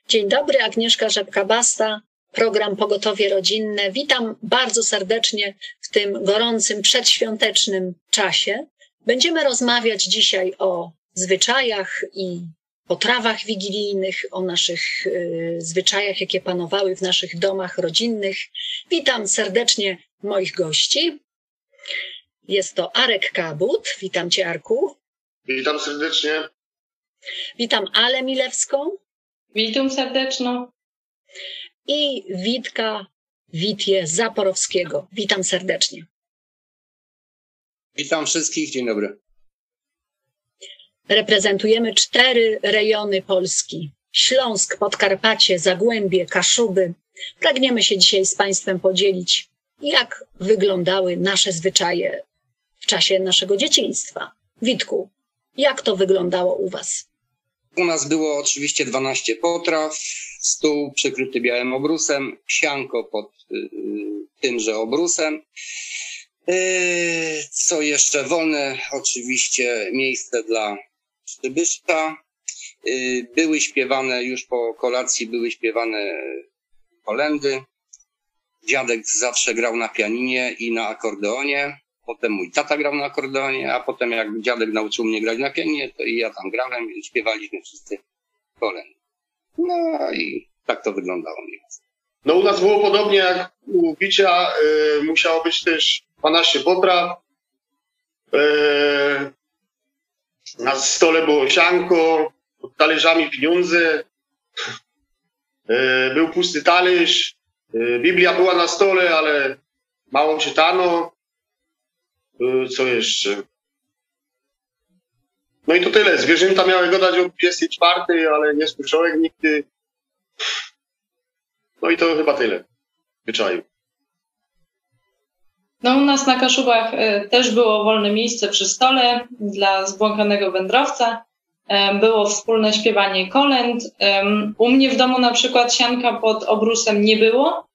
Dzień dobry, Agnieszka Rzepka-Basta, program Pogotowie Rodzinne. Witam bardzo serdecznie w tym gorącym, przedświątecznym czasie. Będziemy rozmawiać dzisiaj o zwyczajach i potrawach wigilijnych, o naszych zwyczajach, jakie panowały w naszych domach rodzinnych. Witam serdecznie moich gości. Jest to Arek Kabut. Witam Cię, Arku. Witam serdecznie. Witam Alę Milewską. Witam serdecznie. I Witję Zaporowskiego. Witam serdecznie. Witam wszystkich, dzień dobry. Reprezentujemy 4 rejony Polski. Śląsk, Podkarpacie, Zagłębie, Kaszuby. Pragniemy się dzisiaj z Państwem podzielić, jak wyglądały nasze zwyczaje w czasie naszego dzieciństwa. Witku, jak to wyglądało u Was? U nas było oczywiście 12 potraw, stół przykryty białym obrusem, sianko pod tymże obrusem. Co jeszcze? Wolne oczywiście miejsce dla przybyszka. Były śpiewane, już po kolacji były śpiewane kolędy. Dziadek zawsze grał na pianinie i na akordeonie. Potem mój tata grał na akordeonie, a potem jak dziadek nauczył mnie grać na pianinie, to i ja tam grałem i śpiewaliśmy wszyscy kolędy. No i tak to wyglądało mniej więcej. No u nas było podobnie jak u Bicia, musiało być też 12 potraw. Na stole było sianko, pod talerzami pieniądze, był pusty talerz, Biblia była na stole, ale mało czytano. Co jeszcze? No i to tyle. Zwierzęta miały godać o 24, ale nie słyszałem nigdy. No i to chyba tyle zwyczaju. No u nas na Kaszubach też było wolne miejsce przy stole dla zbłąkanego wędrowca. Było wspólne śpiewanie kolęd. U mnie w domu na przykład sianka pod obrusem nie było.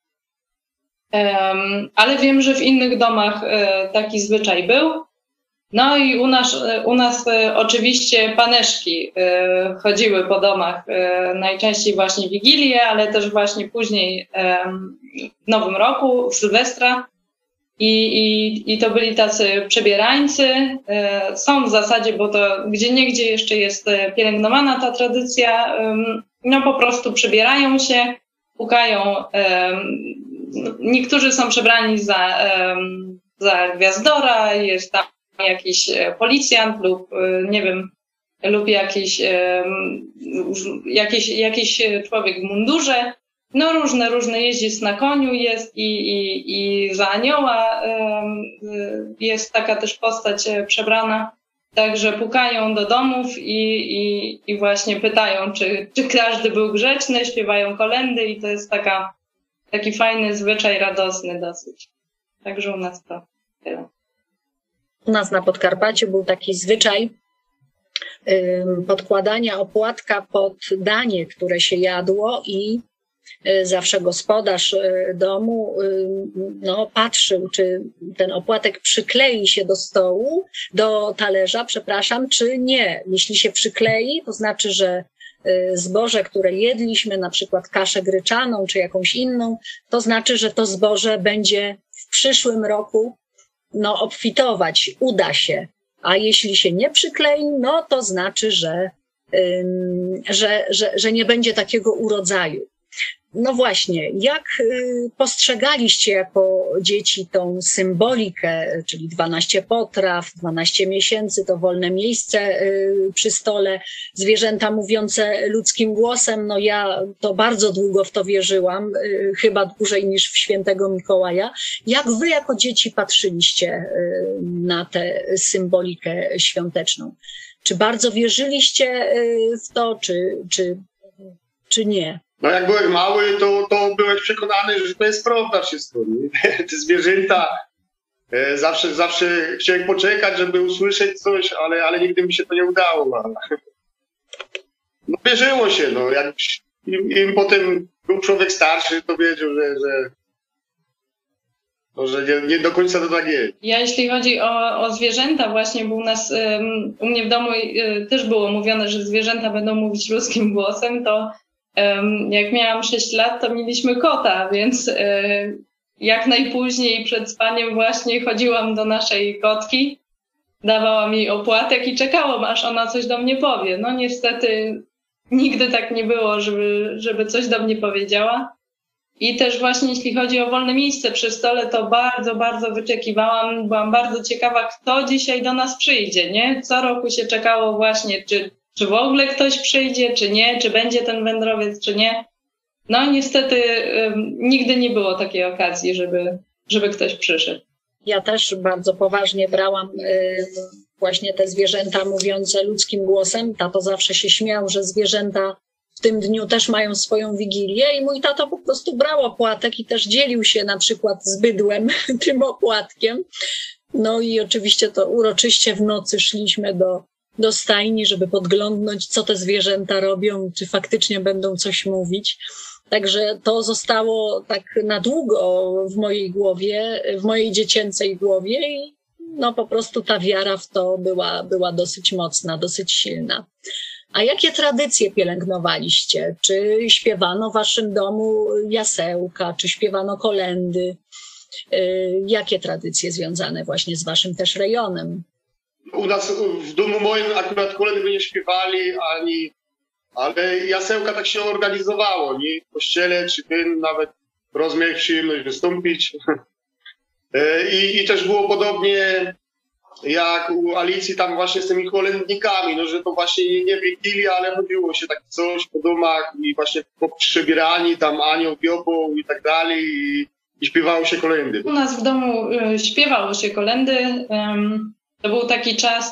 Ale wiem, że w innych domach taki zwyczaj był. No i u nas oczywiście paneszki chodziły po domach, najczęściej właśnie Wigilię, ale też właśnie później w Nowym Roku, w Sylwestra. I to byli tacy przebierańcy. Są w zasadzie, bo to gdzieniegdzie jeszcze jest pielęgnowana ta tradycja, no po prostu przebierają się, pukają. Niektórzy są przebrani za gwiazdora, jest tam jakiś policjant lub nie wiem, lub jakiś człowiek w mundurze. No różne jeździec na koniu jest i za anioła jest taka też postać przebrana. Także pukają do domów i właśnie pytają, czy każdy był grzeczny, śpiewają kolędy i to jest taki fajny zwyczaj, radosny dosyć. Także u nas to tyle. U nas na Podkarpaciu był taki zwyczaj podkładania opłatka pod danie, które się jadło i zawsze gospodarz domu patrzył, czy ten opłatek przyklei się do stołu, do talerza, czy nie. Jeśli się przyklei, to znaczy, że zboże, które jedliśmy, na przykład kaszę gryczaną czy jakąś inną, to znaczy, że to zboże będzie w przyszłym roku obfitować, uda się. A jeśli się nie przyklei, no to znaczy, że nie będzie takiego urodzaju. No właśnie, jak postrzegaliście jako dzieci tą symbolikę, czyli 12 potraw, 12 miesięcy, to wolne miejsce przy stole, zwierzęta mówiące ludzkim głosem? No ja to bardzo długo w to wierzyłam, chyba dłużej niż w świętego Mikołaja. Jak wy jako dzieci patrzyliście na tę symbolikę świąteczną? Czy bardzo wierzyliście w to, czy nie? No jak byłeś mały, to byłeś przekonany, że to jest prawda wszystko. Nie? Te zwierzęta, zawsze chciałem poczekać, żeby usłyszeć coś, ale nigdy mi się to nie udało. No wierzyło się, no. Jak im potem był człowiek starszy, to wiedział, że nie do końca to tak jest. Ja jeśli chodzi o zwierzęta, właśnie bo u mnie w domu też było mówione, że zwierzęta będą mówić ludzkim głosem, to Jak miałam 6 lat, to mieliśmy kota, więc jak najpóźniej przed spaniem właśnie chodziłam do naszej kotki, dawałam jej opłatek i czekałam, aż ona coś do mnie powie. No niestety nigdy tak nie było, żeby coś do mnie powiedziała. I też właśnie jeśli chodzi o wolne miejsce przy stole, to bardzo, bardzo wyczekiwałam. Byłam bardzo ciekawa, kto dzisiaj do nas przyjdzie, nie? Co roku się czekało właśnie, czy w ogóle ktoś przyjdzie, czy nie, czy będzie ten wędrowiec, czy nie. No niestety nigdy nie było takiej okazji, żeby ktoś przyszedł. Ja też bardzo poważnie brałam właśnie te zwierzęta mówiące ludzkim głosem. Tato zawsze się śmiał, że zwierzęta w tym dniu też mają swoją wigilię i mój tato po prostu brał opłatek i też dzielił się na przykład z bydłem tym opłatkiem. No i oczywiście to uroczyście w nocy szliśmy do stajni, żeby podglądnąć, co te zwierzęta robią, czy faktycznie będą coś mówić. Także to zostało tak na długo w mojej głowie, w mojej dziecięcej głowie i no po prostu ta wiara w to była dosyć mocna, dosyć silna. A jakie tradycje pielęgnowaliście? Czy śpiewano w waszym domu jasełka, czy śpiewano kolędy? Jakie tradycje związane właśnie z waszym też rejonem? U nas w domu moim akurat kolendy nie śpiewali, ale jasełka tak się organizowało, nie? W kościele, czy ten nawet rozmiar przyjemność wystąpić. I też było podobnie jak u Alicji tam właśnie z tymi kolędnikami, no że to właśnie nie Wigilia, ale chodziło się tak coś po domach i właśnie po przebierani tam anioł, diabeł i tak dalej i śpiewało się kolędy. U nas w domu śpiewało się kolędy. To był taki czas,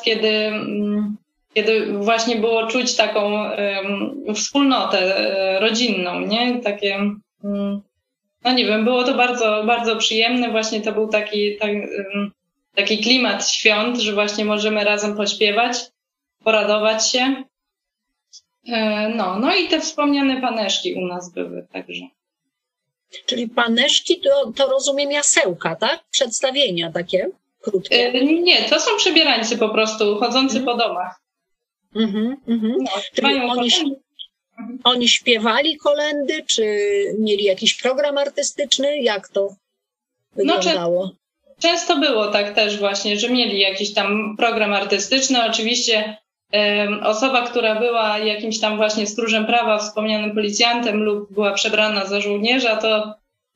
kiedy właśnie było czuć taką wspólnotę rodzinną, nie? Takie, no nie wiem, było to bardzo, bardzo przyjemne. Właśnie to był taki klimat świąt, że właśnie możemy razem pośpiewać, poradować się. No i te wspomniane paneszki u nas były także. Czyli paneszki to rozumiem jasełka, tak? Przedstawienia takie krótkie? Nie, to są przebierańcy po prostu, chodzący po domach. No, czyli oni śpiewali kolędy, czy mieli jakiś program artystyczny? Jak to wyglądało? Często było tak też właśnie, że mieli jakiś tam program artystyczny. Oczywiście osoba, która była jakimś tam właśnie stróżem prawa, wspomnianym policjantem lub była przebrana za żołnierza, to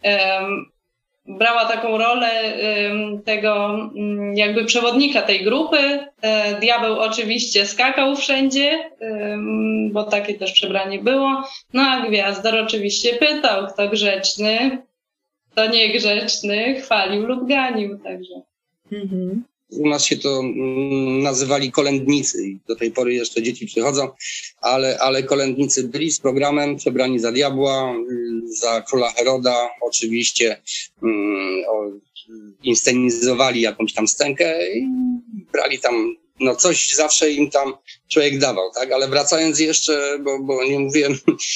brała taką rolę tego jakby przewodnika tej grupy. Diabeł oczywiście skakał wszędzie, bo takie też przebranie było. No a Gwiazdor oczywiście pytał, kto grzeczny, kto niegrzeczny, chwalił lub ganił. Także. U nas się to nazywali kolędnicy i do tej pory jeszcze dzieci przychodzą, ale kolędnicy byli z programem, przebrani za diabła, za króla Heroda, oczywiście inscenizowali jakąś tam scenkę i brali tam, no coś zawsze im tam człowiek dawał, tak? Ale wracając jeszcze, bo nie mówiłem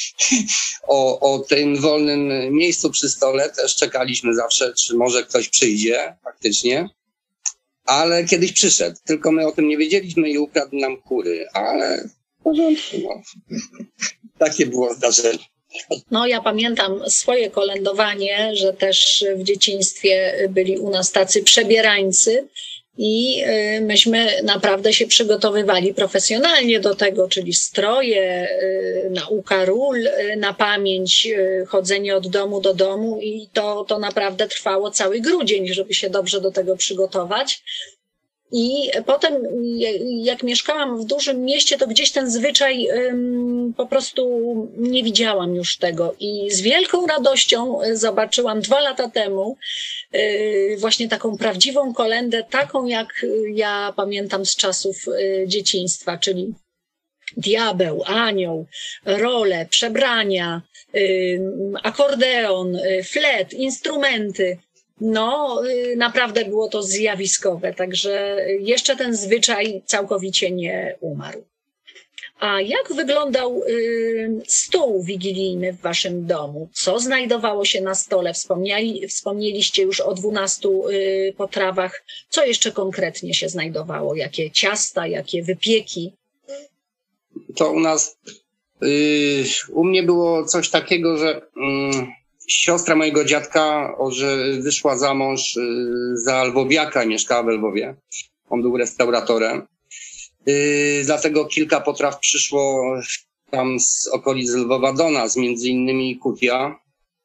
o tym wolnym miejscu przy stole, też czekaliśmy zawsze, czy może ktoś przyjdzie faktycznie. Ale kiedyś przyszedł, tylko my o tym nie wiedzieliśmy i ukradł nam kury, ale w porządku, no. Takie było zdarzenie. No ja pamiętam swoje kolędowanie, że też w dzieciństwie byli u nas tacy przebierańcy i myśmy naprawdę się przygotowywali profesjonalnie do tego, czyli stroje, nauka ról na pamięć, chodzenie od domu do domu i to naprawdę trwało cały grudzień, żeby się dobrze do tego przygotować. I potem jak mieszkałam w dużym mieście, to gdzieś ten zwyczaj po prostu nie widziałam już tego. I z wielką radością zobaczyłam 2 lata temu właśnie taką prawdziwą kolędę, taką jak ja pamiętam z czasów dzieciństwa, czyli diabeł, anioł, role, przebrania, akordeon, flet, instrumenty. No, naprawdę było to zjawiskowe, także jeszcze ten zwyczaj całkowicie nie umarł. A jak wyglądał stół wigilijny w waszym domu? Co znajdowało się na stole? Wspomnieliście już o 12 potrawach. Co jeszcze konkretnie się znajdowało? Jakie ciasta, jakie wypieki? To u nas U mnie było coś takiego, że siostra mojego dziadka, że wyszła za mąż za Lwowiaka, mieszkała w Lwowie. On był restauratorem. Dlatego kilka potraw przyszło tam z okolic Lwowa do nas, między innymi kutia.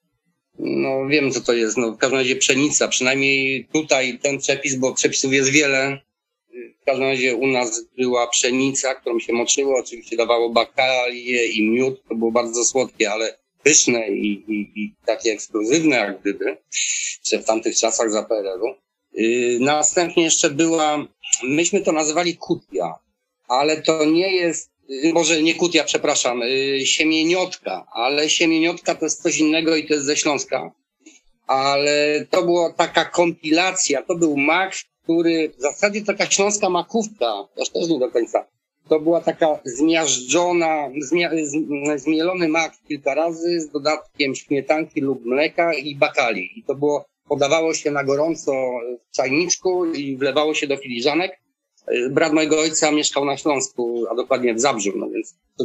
No wiem, co to jest. No, w każdym razie pszenica. Przynajmniej tutaj ten przepis, bo przepisów jest wiele. W każdym razie u nas była pszenica, którą się moczyło. Oczywiście dawało bakalię i miód. To było bardzo słodkie, ale pyszne i takie ekskluzywne jak gdyby. Jeszcze w tamtych czasach za PRL-u. Następnie jeszcze była, myśmy to nazywali kutia, ale to nie jest, może nie kutia, przepraszam, siemieniotka, ale siemieniotka to jest coś innego i to jest ze Śląska. Ale to była taka kompilacja, to był mak, który w zasadzie taka śląska makówka, też nie do końca. To była taka zmiażdżona, zmielony mak kilka razy z dodatkiem śmietanki lub mleka i bakali. I to było, podawało się na gorąco w czajniczku i wlewało się do filiżanek. Brat mojego ojca mieszkał na Śląsku, a dokładnie w Zabrzu, no więc to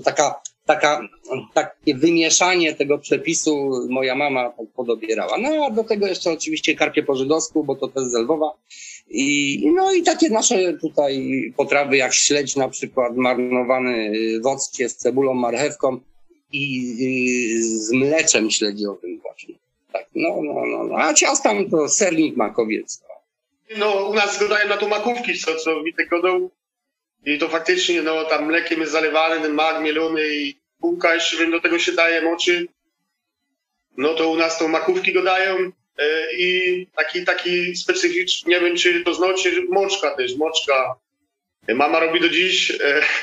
takie wymieszanie tego przepisu moja mama tak podobierała. No a do tego jeszcze oczywiście karpie po żydowsku, bo to też z Lwowa. I takie nasze tutaj potrawy jak śledź na przykład, marnowany w occie z cebulą, marchewką i z mleczem śledziowym właśnie. Tak, no. A ciasta to sernik, makowiec. No, u nas godają na to makówki, co Witek godał. I to faktycznie, no, tam mlekiem jest zalewany, ten mak mielony i bułka jeszcze, wiem, do tego się daje moczy. No to u nas to makówki godają i taki specyficzny, nie wiem, czy to znacie, moczka też, moczka. Mama robi do dziś,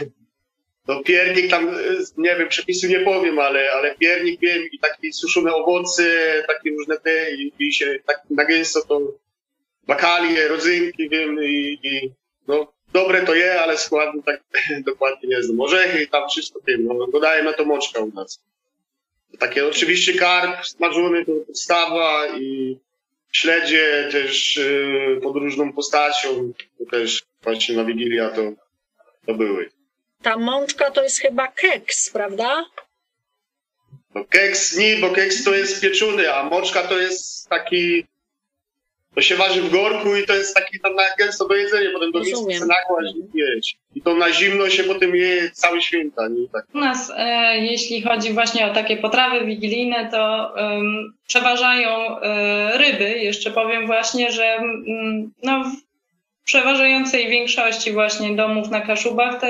no piernik tam, nie wiem, przepisu nie powiem, ale piernik wiem i takie suszone owoce, takie różne te i się tak na gęsto to bakalie, rodzynki, wiem, i no dobre to je, ale składu tak dokładnie nie znam. Orzechy i tam wszystko wiem, no dodaję na to moczka u nas. Takie oczywiście karp smażony, to podstawa i śledzie też pod różną postacią, to też właśnie na Wigilię to były. Ta mączka to jest chyba keks, prawda? No keks nie, bo keks to jest pieczony, a moczka to jest taki, to się waży w gorku i to jest taki tam na gęsto do jedzenia, potem do miski se nakłaść i jeść. I to na zimno się potem je całe święta. Nie? Tak. U nas, jeśli chodzi właśnie o takie potrawy wigilijne, to przeważają ryby. Jeszcze powiem właśnie, że no, w przeważającej większości właśnie domów na Kaszubach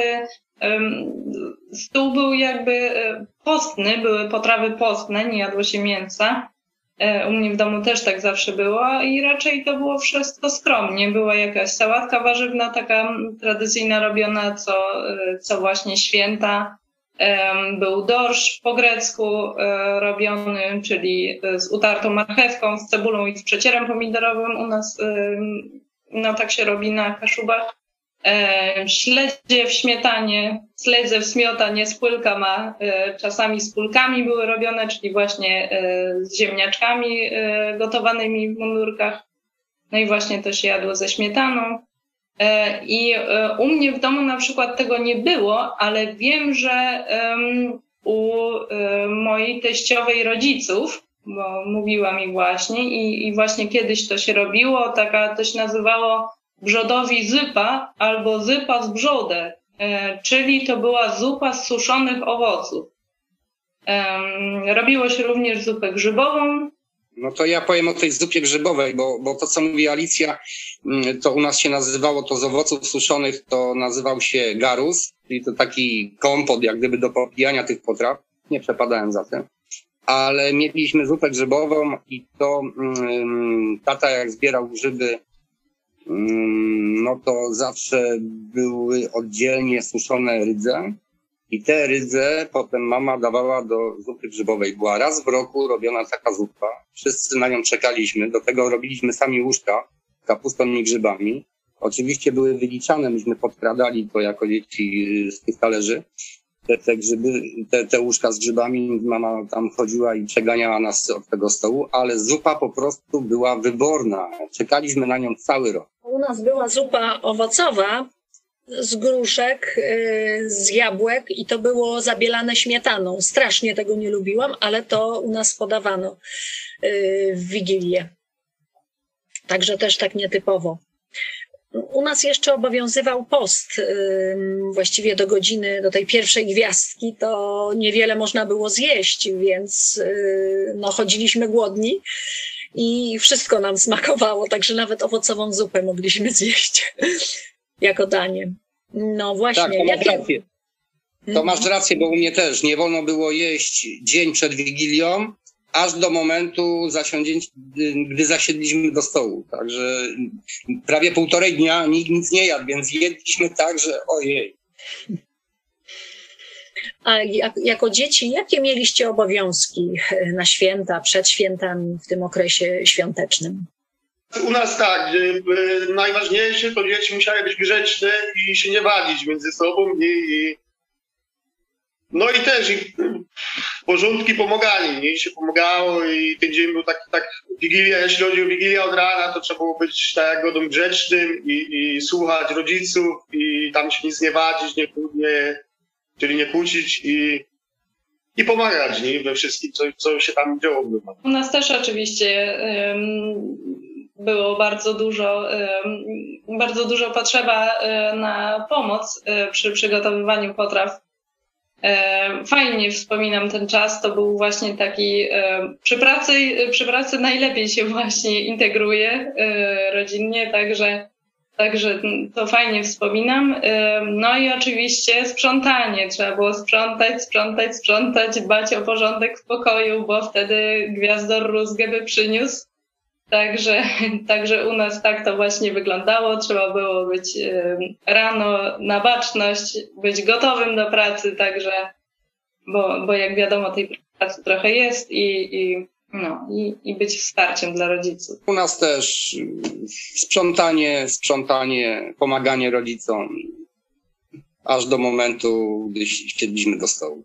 stół był jakby postny, były potrawy postne, nie jadło się mięsa. U mnie w domu też tak zawsze było i raczej to było wszystko skromnie. Była jakaś sałatka warzywna, taka tradycyjna robiona co właśnie święta. Był dorsz po grecku robiony, czyli z utartą marchewką, z cebulą i z przecierem pomidorowym. U nas no tak się robi na Kaszubach. Śledzie w śmietanie, śledzie w smiotanie z płylka czasami z pulkami były robione, czyli właśnie z ziemniaczkami gotowanymi w mundurkach. No i właśnie to się jadło ze śmietaną. I u mnie w domu na przykład tego nie było, ale wiem, że u mojej teściowej rodziców, bo mówiła mi właśnie i właśnie kiedyś to się robiło, to się nazywało brzodowi zypa albo zypa z brzodek, czyli to była zupa z suszonych owoców. Robiło się również zupę grzybową. No to ja powiem o tej zupie grzybowej, bo to, co mówi Alicja, to u nas się nazywało to z owoców suszonych, to nazywał się garus, czyli to taki kompot jak gdyby do popijania tych potraw. Nie przepadałem za tym. Ale mieliśmy zupę grzybową i to tata jak zbierał grzyby, no to zawsze były oddzielnie suszone rydze i te rydze potem mama dawała do zupy grzybowej. Była raz w roku robiona taka zupa. Wszyscy na nią czekaliśmy. Do tego robiliśmy sami łóżka z kapustą i grzybami. Oczywiście były wyliczane, myśmy podkradali to jako dzieci z tych talerzy. Te grzyby, te łóżka z grzybami, mama tam chodziła i przeganiała nas od tego stołu, ale zupa po prostu była wyborna. Czekaliśmy na nią cały rok. U nas była zupa owocowa z gruszek, z jabłek i to było zabielane śmietaną. Strasznie tego nie lubiłam, ale to u nas podawano w Wigilię. Także też tak nietypowo. U nas jeszcze obowiązywał post. Właściwie do tej pierwszej gwiazdki to niewiele można było zjeść, więc no, chodziliśmy głodni i wszystko nam smakowało, także nawet owocową zupę mogliśmy zjeść jako danie. No właśnie. Tak, to masz rację. To masz rację, bo u mnie też nie wolno było jeść dzień przed Wigilią, aż do momentu gdy zasiedliśmy do stołu. Także prawie 1,5 dnia nikt nic nie jadł, więc jedliśmy tak, że ojej. A jako dzieci, jakie mieliście obowiązki na święta, przed świętami, w tym okresie świątecznym? U nas tak, najważniejsze to dzieci musiały być grzeczne i się nie walić między sobą no i też porządki pomagali, nie? Się pomagało i ten dzień był tak Wigilia, jeśli chodzi o Wigilię od rana, to trzeba było być tak jak godą grzecznym i słuchać rodziców i tam się nic nie wadzić, czyli nie kłócić i pomagać, nie? We wszystkim, co się tam działo. U nas też oczywiście było bardzo dużo potrzeba na pomoc przy przygotowywaniu potraw. Fajnie wspominam ten czas, to był właśnie taki, przy pracy najlepiej się właśnie integruje rodzinnie, także to fajnie wspominam. No i oczywiście sprzątanie, trzeba było sprzątać, dbać o porządek w pokoju, bo wtedy gwiazdor rózgę by przyniósł. Także u nas tak to właśnie wyglądało. Trzeba było być rano na baczność, być gotowym do pracy, także, bo jak wiadomo, tej pracy trochę jest i być wsparciem dla rodziców. U nas też sprzątanie, pomaganie rodzicom, aż do momentu, gdy siedliśmy do stołu.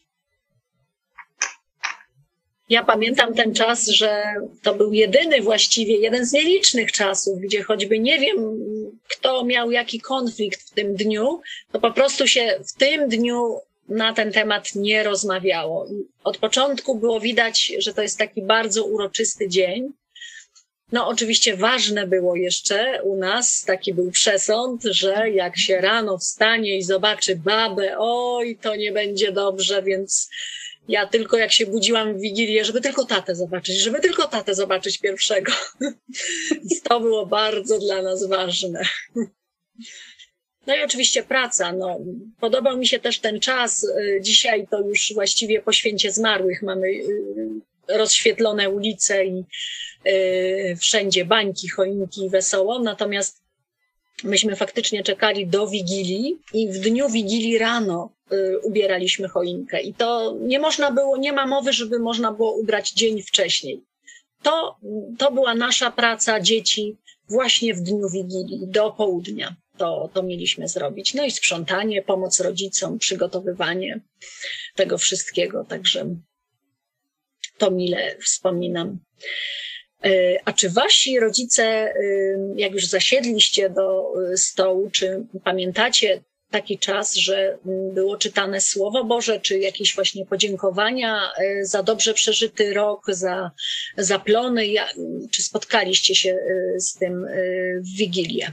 Ja pamiętam ten czas, że to był jeden z nielicznych czasów, gdzie choćby nie wiem, kto miał jaki konflikt w tym dniu, to po prostu się w tym dniu na ten temat nie rozmawiało. I od początku było widać, że to jest taki bardzo uroczysty dzień. No oczywiście ważne było jeszcze u nas, taki był przesąd, że jak się rano wstanie i zobaczy babę, oj, to nie będzie dobrze, więc ja tylko jak się budziłam w Wigilię, żeby tylko tatę zobaczyć pierwszego. Więc to było bardzo dla nas ważne. No i oczywiście praca. No, podobał mi się też ten czas. Dzisiaj to już właściwie po święcie zmarłych mamy rozświetlone ulice i wszędzie bańki, choinki, wesoło. Natomiast myśmy faktycznie czekali do Wigilii i w dniu Wigilii rano ubieraliśmy choinkę. I to nie ma mowy, żeby można było ubrać dzień wcześniej. To była nasza praca dzieci właśnie w dniu Wigilii, do południa. To mieliśmy zrobić. No i sprzątanie, pomoc rodzicom, przygotowywanie tego wszystkiego. Także to mile wspominam. A czy wasi rodzice, jak już zasiedliście do stołu, czy pamiętacie taki czas, że było czytane Słowo Boże, czy jakieś właśnie podziękowania za dobrze przeżyty rok, za plony? Czy spotkaliście się z tym w Wigilię?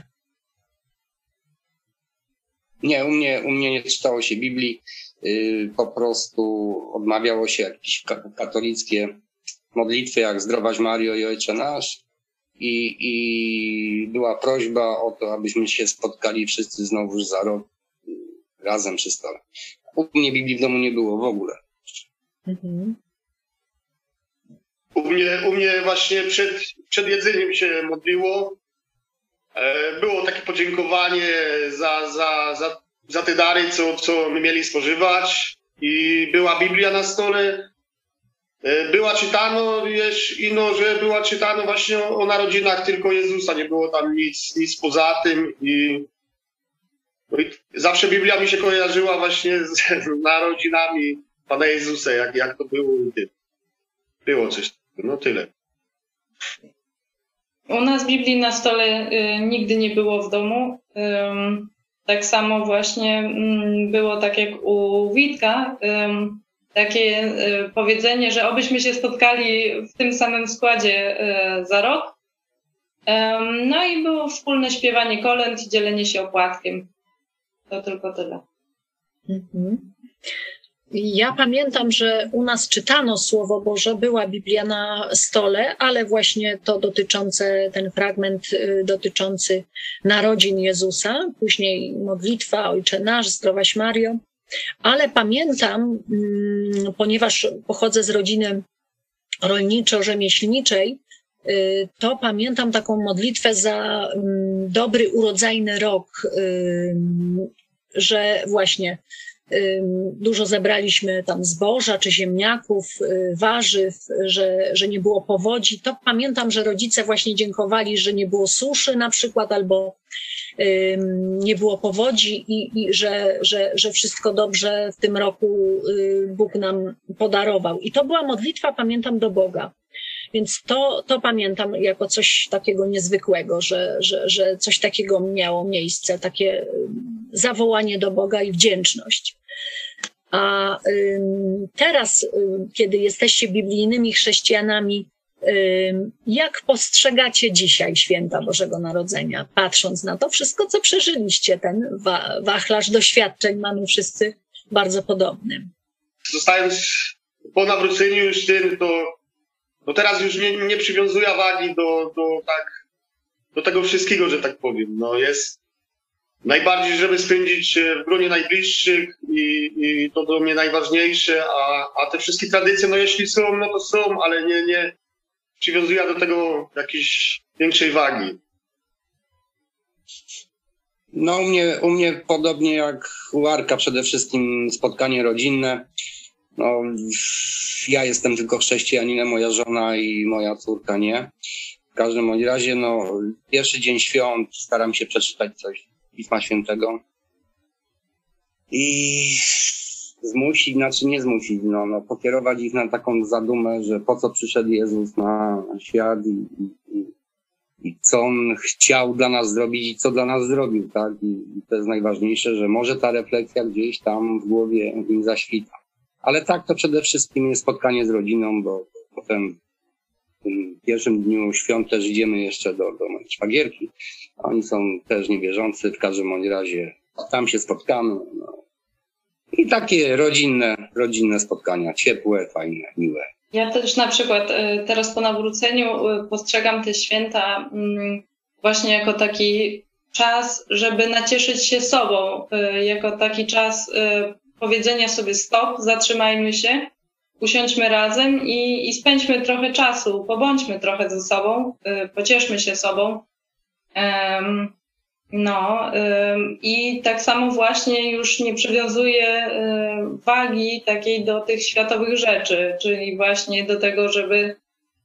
Nie, u mnie nie czytało się Biblii. Po prostu odmawiało się jakieś katolickie modlitwy, jak Zdrowaś Mario i Ojcze Nasz. I była prośba o to, abyśmy się spotkali wszyscy znowuż za rok razem przy stole. U mnie Biblii w domu nie było w ogóle. Mhm. U mnie właśnie przed jedzeniem się modliło. Było takie podziękowanie za te dary, co my mieli spożywać. I była Biblia na stole. Była czytano że była czytano właśnie o narodzinach tylko Jezusa. Nie było tam nic poza tym. I zawsze Biblia mi się kojarzyła właśnie z narodzinami Pana Jezusa, jak to było. Było coś takiego. No tyle. U nas Biblii na stole nigdy nie było w domu. Tak samo właśnie było tak jak u Witka, takie powiedzenie, że obyśmy się spotkali w tym samym składzie za rok. No i było wspólne śpiewanie kolęd i dzielenie się opłatkiem. To tylko tyle. Ja pamiętam, że u nas czytano Słowo Boże, była Biblia na stole, ale właśnie to dotyczące, ten fragment dotyczący narodzin Jezusa, później modlitwa Ojcze Nasz, Zdrowaś Mario. Ale pamiętam, ponieważ pochodzę z rodziny rolniczo-rzemieślniczej, to pamiętam taką modlitwę za dobry, urodzajny rok, że właśnie dużo zebraliśmy tam zboża czy ziemniaków, warzyw, że nie było powodzi. To pamiętam, że rodzice właśnie dziękowali, że nie było suszy na przykład, albo nie było powodzi i że wszystko dobrze w tym roku Bóg nam podarował. I to była modlitwa, pamiętam, do Boga. Więc to pamiętam jako coś takiego niezwykłego, że coś takiego miało miejsce, takie zawołanie do Boga i wdzięczność. A teraz, kiedy jesteście biblijnymi chrześcijanami, jak postrzegacie dzisiaj święta Bożego Narodzenia, patrząc na to wszystko, co przeżyliście, ten wachlarz doświadczeń mamy wszyscy bardzo podobny? Zostając po nawróceniu już tym, to teraz już nie przywiązuję wagi do tego wszystkiego, że tak powiem. No jest najbardziej, żeby spędzić w gronie najbliższych i to dla mnie najważniejsze, a te wszystkie tradycje, no jeśli są, no to są, ale nie przywiązuję do tego jakiejś większej wagi. No u mnie podobnie jak u Arka, przede wszystkim spotkanie rodzinne. No, ja jestem tylko chrześcijaninem, moja żona i moja córka nie. W każdym razie, no, pierwszy dzień świąt staram się przeczytać coś Pisma Świętego i zmusić, znaczy nie zmusić, no pokierować ich na taką zadumę, że po co przyszedł Jezus na świat i co On chciał dla nas zrobić i co dla nas zrobił, tak? I to jest najważniejsze, że może ta refleksja gdzieś tam w głowie im zaświta. Ale tak, to przede wszystkim jest spotkanie z rodziną, bo potem w tym pierwszym dniu świąt też idziemy jeszcze do mojej szwagierki. Oni są też niewierzący, w każdym razie tam się spotkamy. No. I takie rodzinne spotkania, ciepłe, fajne, miłe. Ja też na przykład teraz po nawróceniu postrzegam te święta właśnie jako taki czas, żeby nacieszyć się sobą, jako taki czas powiedzenia sobie stop, zatrzymajmy się, usiądźmy razem i spędźmy trochę czasu, pobądźmy trochę ze sobą, pocieszmy się sobą. I tak samo właśnie już nie przywiązuję wagi takiej do tych światowych rzeczy, czyli właśnie do tego, żeby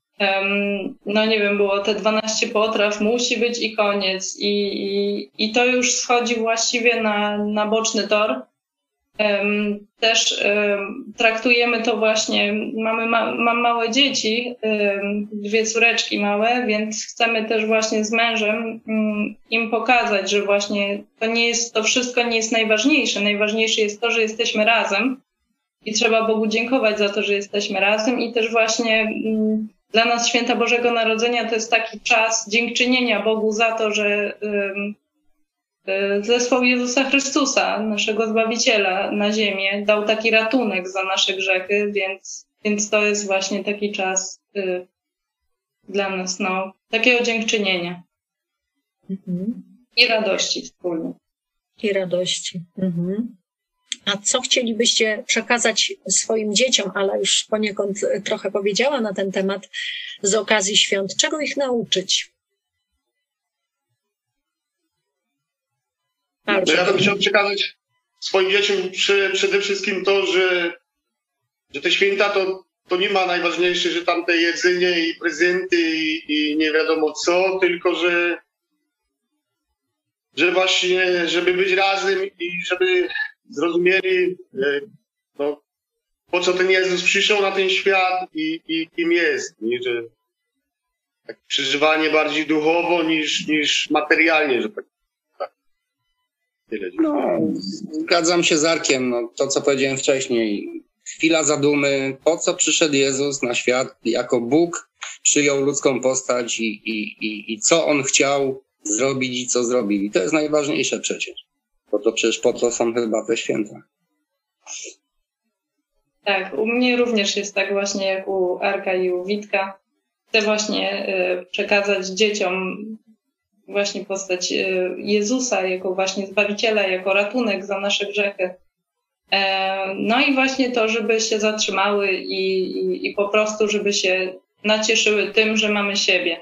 było te 12 potraw, musi być i koniec. I to już schodzi właściwie na boczny tor. Też traktujemy to właśnie, mam małe dzieci, 2 córeczki małe, więc chcemy też właśnie z mężem im pokazać, że właśnie to wszystko nie jest najważniejsze. Najważniejsze jest to, że jesteśmy razem i trzeba Bogu dziękować za to, że jesteśmy razem i też właśnie dla nas Święta Bożego Narodzenia to jest taki czas dziękczynienia Bogu za to, że zesłał Jezusa Chrystusa, naszego Zbawiciela na ziemię, dał taki ratunek za nasze grzechy, więc to jest właśnie taki czas dla nas, takiego dziękczynienia. I radości wspólnie. I radości. A co chcielibyście przekazać swoim dzieciom? Ale już poniekąd trochę powiedziała na ten temat z okazji świąt. Czego ich nauczyć? Ja bym chciał przekazać swoim dzieciom przede wszystkim to, że te święta to nie ma najważniejsze, że tam te jedzenie i prezenty i nie wiadomo co, tylko że właśnie, żeby być razem i żeby zrozumieli, po co ten Jezus przyszedł na ten świat i kim jest. I że tak przeżywanie bardziej duchowo niż materialnie, że tak. Tyle. No, zgadzam się z Arkiem. No, to, co powiedziałem wcześniej. Chwila zadumy. Po co przyszedł Jezus na świat? Jako Bóg przyjął ludzką postać i co On chciał zrobić i co zrobił. I to jest najważniejsze przecież. Bo to przecież po to są chyba te święta. Tak, u mnie również jest tak właśnie jak u Arka i u Witka. Chcę właśnie przekazać dzieciom właśnie postać Jezusa jako właśnie Zbawiciela, jako ratunek za nasze grzechy. No i właśnie to, żeby się zatrzymały i po prostu, żeby się nacieszyły tym, że mamy siebie.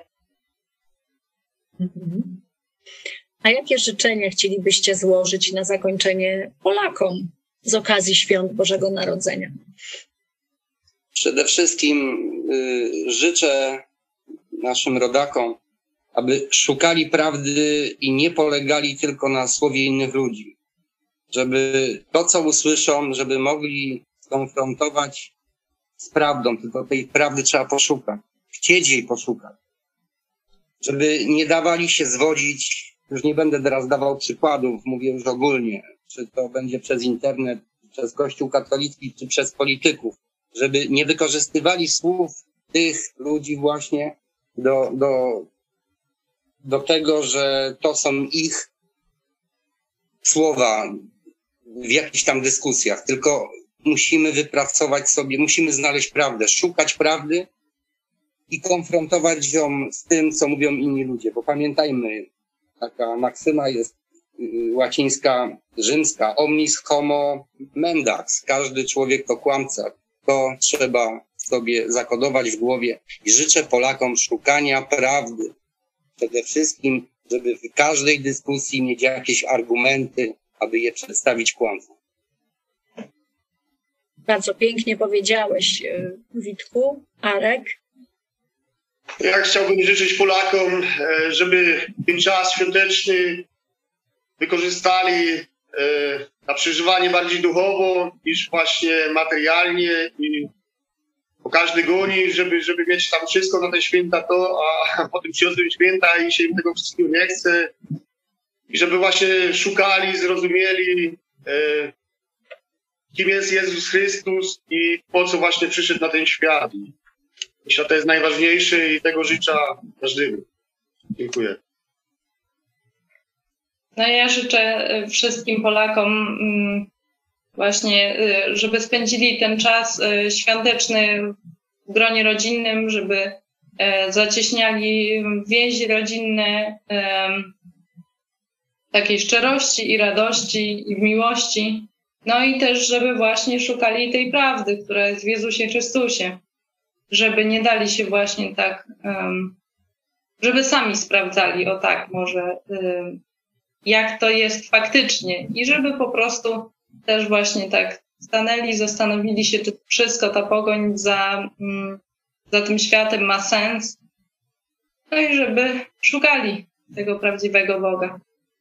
A jakie życzenia chcielibyście złożyć na zakończenie Polakom z okazji Świąt Bożego Narodzenia? Przede wszystkim życzę naszym rodakom, aby szukali prawdy i nie polegali tylko na słowie innych ludzi. Żeby to, co usłyszą, żeby mogli skonfrontować z prawdą, tylko tej prawdy trzeba poszukać, chcieć jej poszukać. Żeby nie dawali się zwodzić, już nie będę teraz dawał przykładów, mówię już ogólnie, czy to będzie przez internet, przez Kościół katolicki, czy przez polityków, żeby nie wykorzystywali słów tych ludzi właśnie do tego, że to są ich słowa w jakichś tam dyskusjach, tylko musimy wypracować sobie, musimy znaleźć prawdę, szukać prawdy i konfrontować ją z tym, co mówią inni ludzie. Bo pamiętajmy, taka maksyma jest łacińska, rzymska, omnis homo mendax, każdy człowiek to kłamca. To trzeba sobie zakodować w głowie i życzę Polakom szukania prawdy. Przede wszystkim, żeby w każdej dyskusji mieć jakieś argumenty, aby je przedstawić kłamcom. Bardzo pięknie powiedziałeś, Witku. Arek? Ja chciałbym życzyć Polakom, żeby ten czas świąteczny wykorzystali na przeżywanie bardziej duchowo niż właśnie materialnie i bo każdy goni, żeby mieć tam wszystko na te święta a potem przychodzą święta i się im tego wszystkiego nie chce. I żeby właśnie szukali, zrozumieli, kim jest Jezus Chrystus i po co właśnie przyszedł na ten świat. I myślę, że to jest najważniejsze i tego życzę każdemu. Dziękuję. No ja życzę wszystkim Polakom właśnie, żeby spędzili ten czas świąteczny w gronie rodzinnym, żeby zacieśniali więzi rodzinne, takiej szczerości i radości i w miłości. No i też, żeby właśnie szukali tej prawdy, która jest w Jezusie Chrystusie. Żeby nie dali się właśnie tak, żeby sami sprawdzali, o tak, może jak to jest faktycznie i żeby po prostu też właśnie tak stanęli, zastanowili się, czy wszystko ta pogoń za tym światem ma sens. No i żeby szukali tego prawdziwego Boga.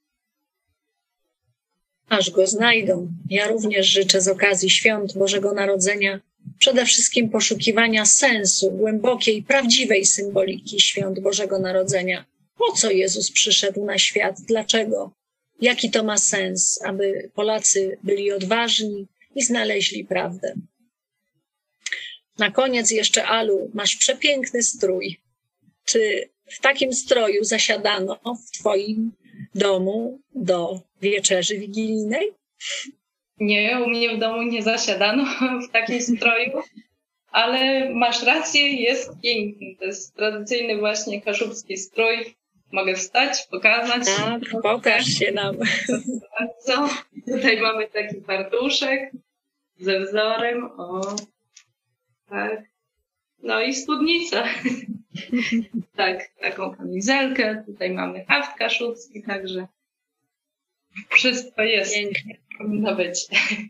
Aż go znajdą. Ja również życzę z okazji Świąt Bożego Narodzenia przede wszystkim poszukiwania sensu, głębokiej, prawdziwej symboliki Świąt Bożego Narodzenia. Po co Jezus przyszedł na świat? Dlaczego? Jaki to ma sens, aby Polacy byli odważni i znaleźli prawdę? Na koniec jeszcze, Alu, masz przepiękny strój. Czy w takim stroju zasiadano w twoim domu do wieczerzy wigilijnej? Nie, u mnie w domu nie zasiadano w takim stroju, ale masz rację, jest piękny. To jest tradycyjny właśnie kaszubski strój. Mogę wstać, pokazać. Tak, pokaż się nam. Bardzo. Tutaj mamy taki fartuszek ze wzorem. O, tak. No i spódnica. Tak, taką kamizelkę. Tutaj mamy haft kaszubski, także wszystko jest. Pięknie. Powinno być.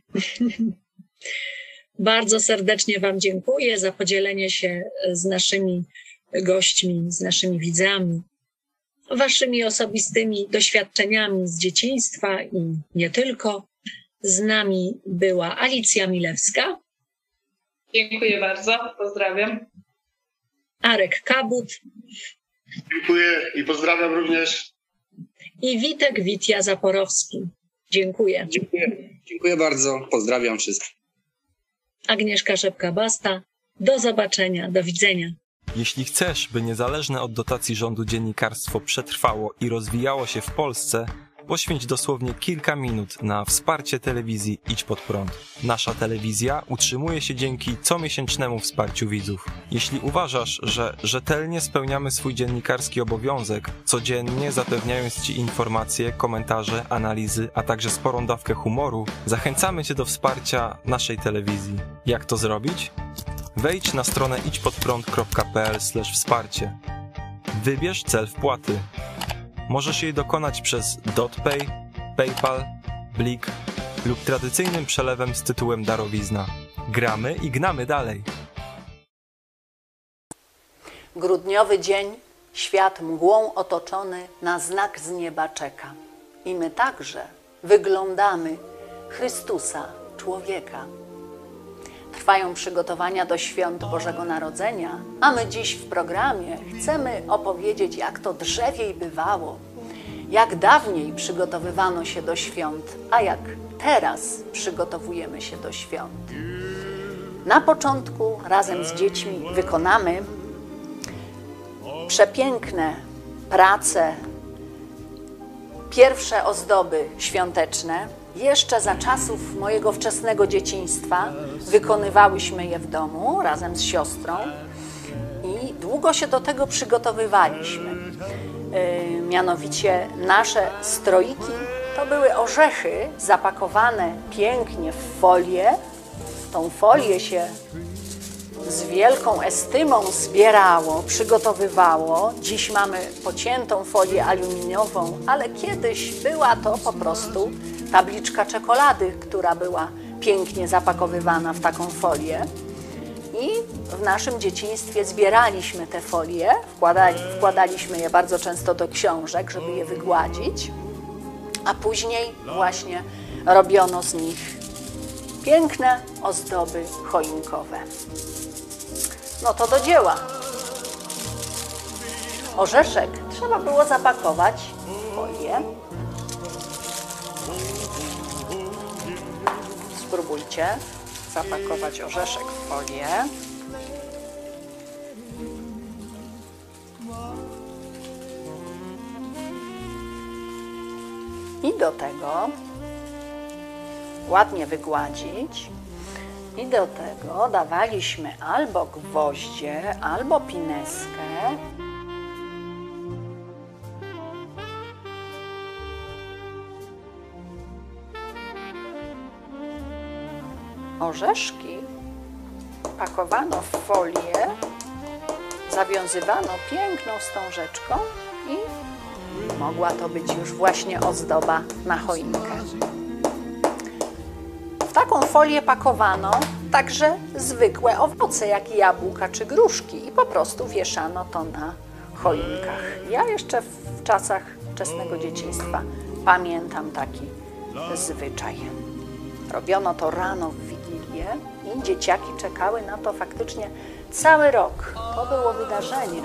Bardzo serdecznie wam dziękuję za podzielenie się z naszymi gośćmi, z naszymi widzami, waszymi osobistymi doświadczeniami z dzieciństwa i nie tylko. Z nami była Alicja Milewska. Dziękuję bardzo, pozdrawiam. Arek Kabut. Dziękuję i pozdrawiam również. I Witek Witja Zaporowski. Dziękuję. Dziękuję bardzo. Pozdrawiam wszystkich. Agnieszka Szepka-Basta. Do zobaczenia. Do widzenia. Jeśli chcesz, by niezależne od dotacji rządu dziennikarstwo przetrwało i rozwijało się w Polsce, poświęć dosłownie kilka minut na wsparcie telewizji Idź Pod Prąd. Nasza telewizja utrzymuje się dzięki comiesięcznemu wsparciu widzów. Jeśli uważasz, że rzetelnie spełniamy swój dziennikarski obowiązek, codziennie zapewniając Ci informacje, komentarze, analizy, a także sporą dawkę humoru, zachęcamy Cię do wsparcia naszej telewizji. Jak to zrobić? Wejdź na stronę idźpodprąd.pl/wsparcie. Wybierz cel wpłaty. Możesz jej dokonać przez DotPay, PayPal, Blik lub tradycyjnym przelewem z tytułem darowizna. Gramy i gnamy dalej. Grudniowy dzień, świat mgłą otoczony na znak z nieba czeka. I my także wyglądamy Chrystusa, człowieka. Trwają przygotowania do świąt Bożego Narodzenia, a my dziś w programie chcemy opowiedzieć, jak to drzewiej bywało, jak dawniej przygotowywano się do świąt, a jak teraz przygotowujemy się do świąt. Na początku razem z dziećmi wykonamy przepiękne prace, pierwsze ozdoby świąteczne. Jeszcze za czasów mojego wczesnego dzieciństwa wykonywałyśmy je w domu razem z siostrą i długo się do tego przygotowywaliśmy. Mianowicie nasze stroiki to były orzechy zapakowane pięknie w folię. Tą folię się z wielką estymą zbierało, przygotowywało. Dziś mamy pociętą folię aluminiową, ale kiedyś była to po prostu tabliczka czekolady, która była pięknie zapakowywana w taką folię. I w naszym dzieciństwie zbieraliśmy te folie, wkładaliśmy je bardzo często do książek, żeby je wygładzić, a później właśnie robiono z nich piękne ozdoby choinkowe. No to do dzieła. Orzeszek trzeba było zapakować w folię. Spróbujcie zapakować orzeszek w folię. I do tego ładnie wygładzić. I do tego dawaliśmy albo gwoździe, albo pineskę. Orzeszki pakowano w folię, zawiązywano piękną wstążeczką i mogła to być już właśnie ozdoba na choinkę. W taką folię pakowano także zwykłe owoce, jak jabłka czy gruszki i po prostu wieszano to na choinkach. Ja jeszcze w czasach wczesnego dzieciństwa pamiętam taki zwyczaj. Robiono to rano w Wigilię i dzieciaki czekały na to faktycznie cały rok. To było wydarzenie.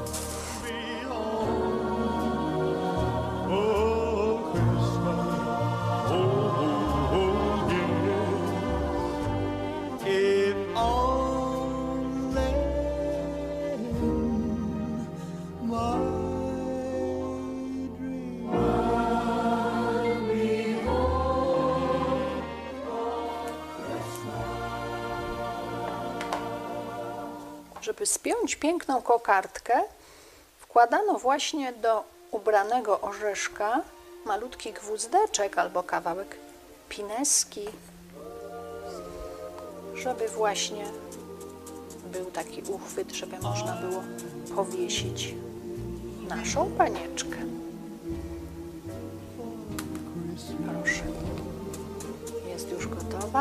Żeby spiąć piękną kokardkę, wkładano właśnie do ubranego orzeszka malutki gwózdeczek albo kawałek pineski, żeby właśnie był taki uchwyt, żeby można było powiesić naszą panieczkę. Proszę, jest już gotowa.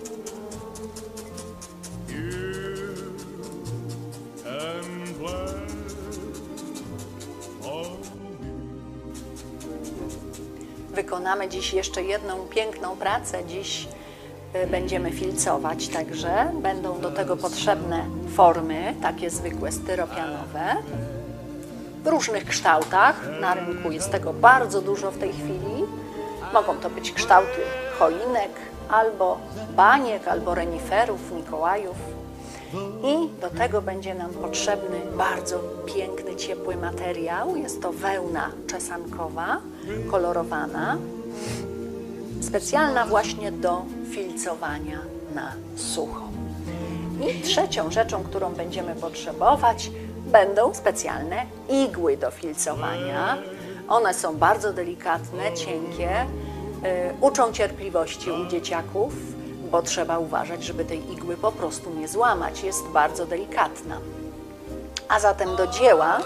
Wykonamy dziś jeszcze jedną piękną pracę. Dziś będziemy filcować, także będą do tego potrzebne formy, takie zwykłe styropianowe, w różnych kształtach. Na rynku jest tego bardzo dużo w tej chwili. Mogą to być kształty choinek, albo baniek, albo reniferów, Mikołajów. I do tego będzie nam potrzebny bardzo piękny, ciepły materiał. Jest to wełna czesankowa, kolorowana, specjalna właśnie do filcowania na sucho. I trzecią rzeczą, którą będziemy potrzebować, będą specjalne igły do filcowania. One są bardzo delikatne, cienkie, uczą cierpliwości u dzieciaków, bo trzeba uważać, żeby tej igły po prostu nie złamać. Jest bardzo delikatna. A zatem do dzieła.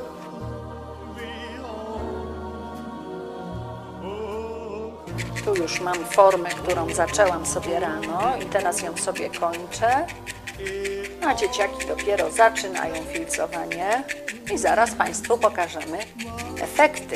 Tu już mam formę, którą zaczęłam sobie rano i teraz ją sobie kończę. A dzieciaki dopiero zaczynają filcowanie i zaraz Państwu pokażemy efekty.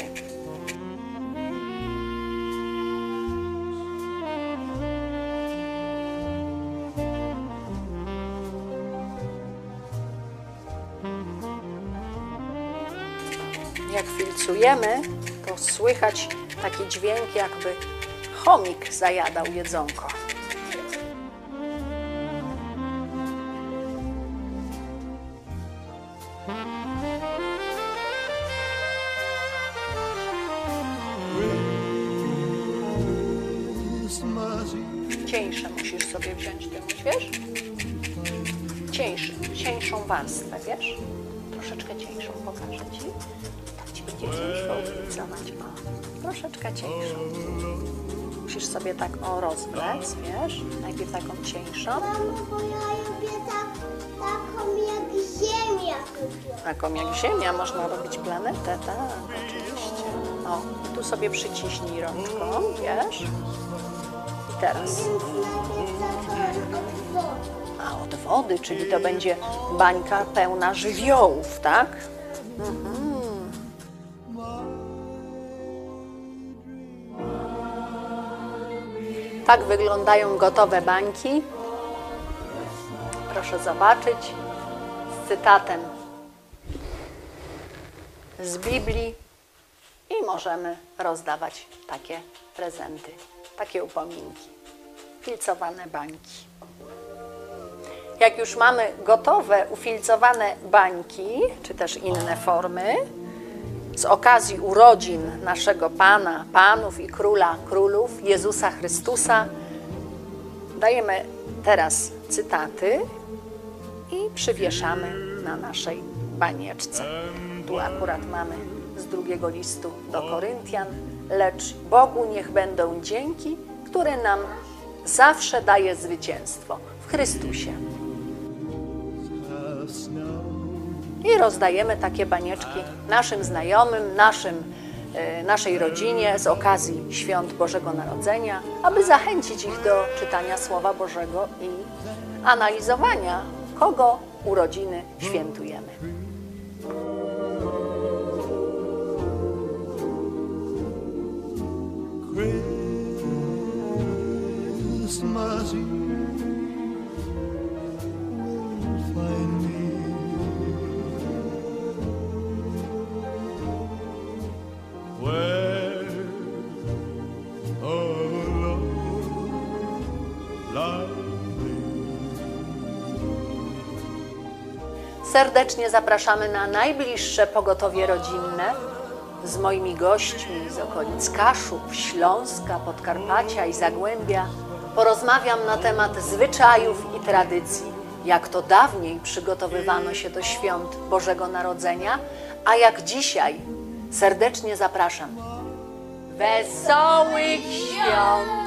Jak filcujemy, to słychać taki dźwięk, jakby chomik zajadał jedzonko. Cieńsze musisz sobie wziąć, Tymuś, wiesz? Cieńszą warstwę, wiesz? Troszeczkę cieńszą, pokażę Ci. Tak Ci będzie ciężko ufilcować. O, troszeczkę cieńszą. Musisz sobie tak rozwlec, wiesz? Najpierw taką cieńszą. Mamo, bo ja lubię taką jak ziemia. Taką jak ziemia, można robić planetę, tak, oczywiście. O, tu sobie przyciśnij rączką, wiesz? I teraz. A od wody, czyli to będzie bańka pełna żywiołów, tak? Tak wyglądają gotowe bańki. Proszę zobaczyć, z cytatem z Biblii i możemy rozdawać takie prezenty, takie upominki, filcowane bańki. Jak już mamy gotowe, ufilcowane bańki, czy też inne formy, z okazji urodzin naszego Pana, Panów i Króla Królów, Jezusa Chrystusa, dajemy teraz cytaty i przywieszamy na naszej banieczce. Tu akurat mamy z drugiego listu do Koryntian. Lecz Bogu niech będą dzięki, które nam zawsze daje zwycięstwo w Chrystusie. I rozdajemy takie banieczki naszym znajomym, naszej rodzinie z okazji świąt Bożego Narodzenia, aby zachęcić ich do czytania Słowa Bożego i analizowania, kogo urodziny świętujemy. Christmas Eve will find me where alone like me. Serdecznie zapraszamy na najbliższe pogotowie rodzinne z moimi gośćmi z okolic Kaszub, Śląska, Podkarpacia i Zagłębia. Porozmawiam na temat zwyczajów i tradycji, jak to dawniej przygotowywano się do świąt Bożego Narodzenia, a jak dzisiaj. Serdecznie zapraszam. Wesołych świąt!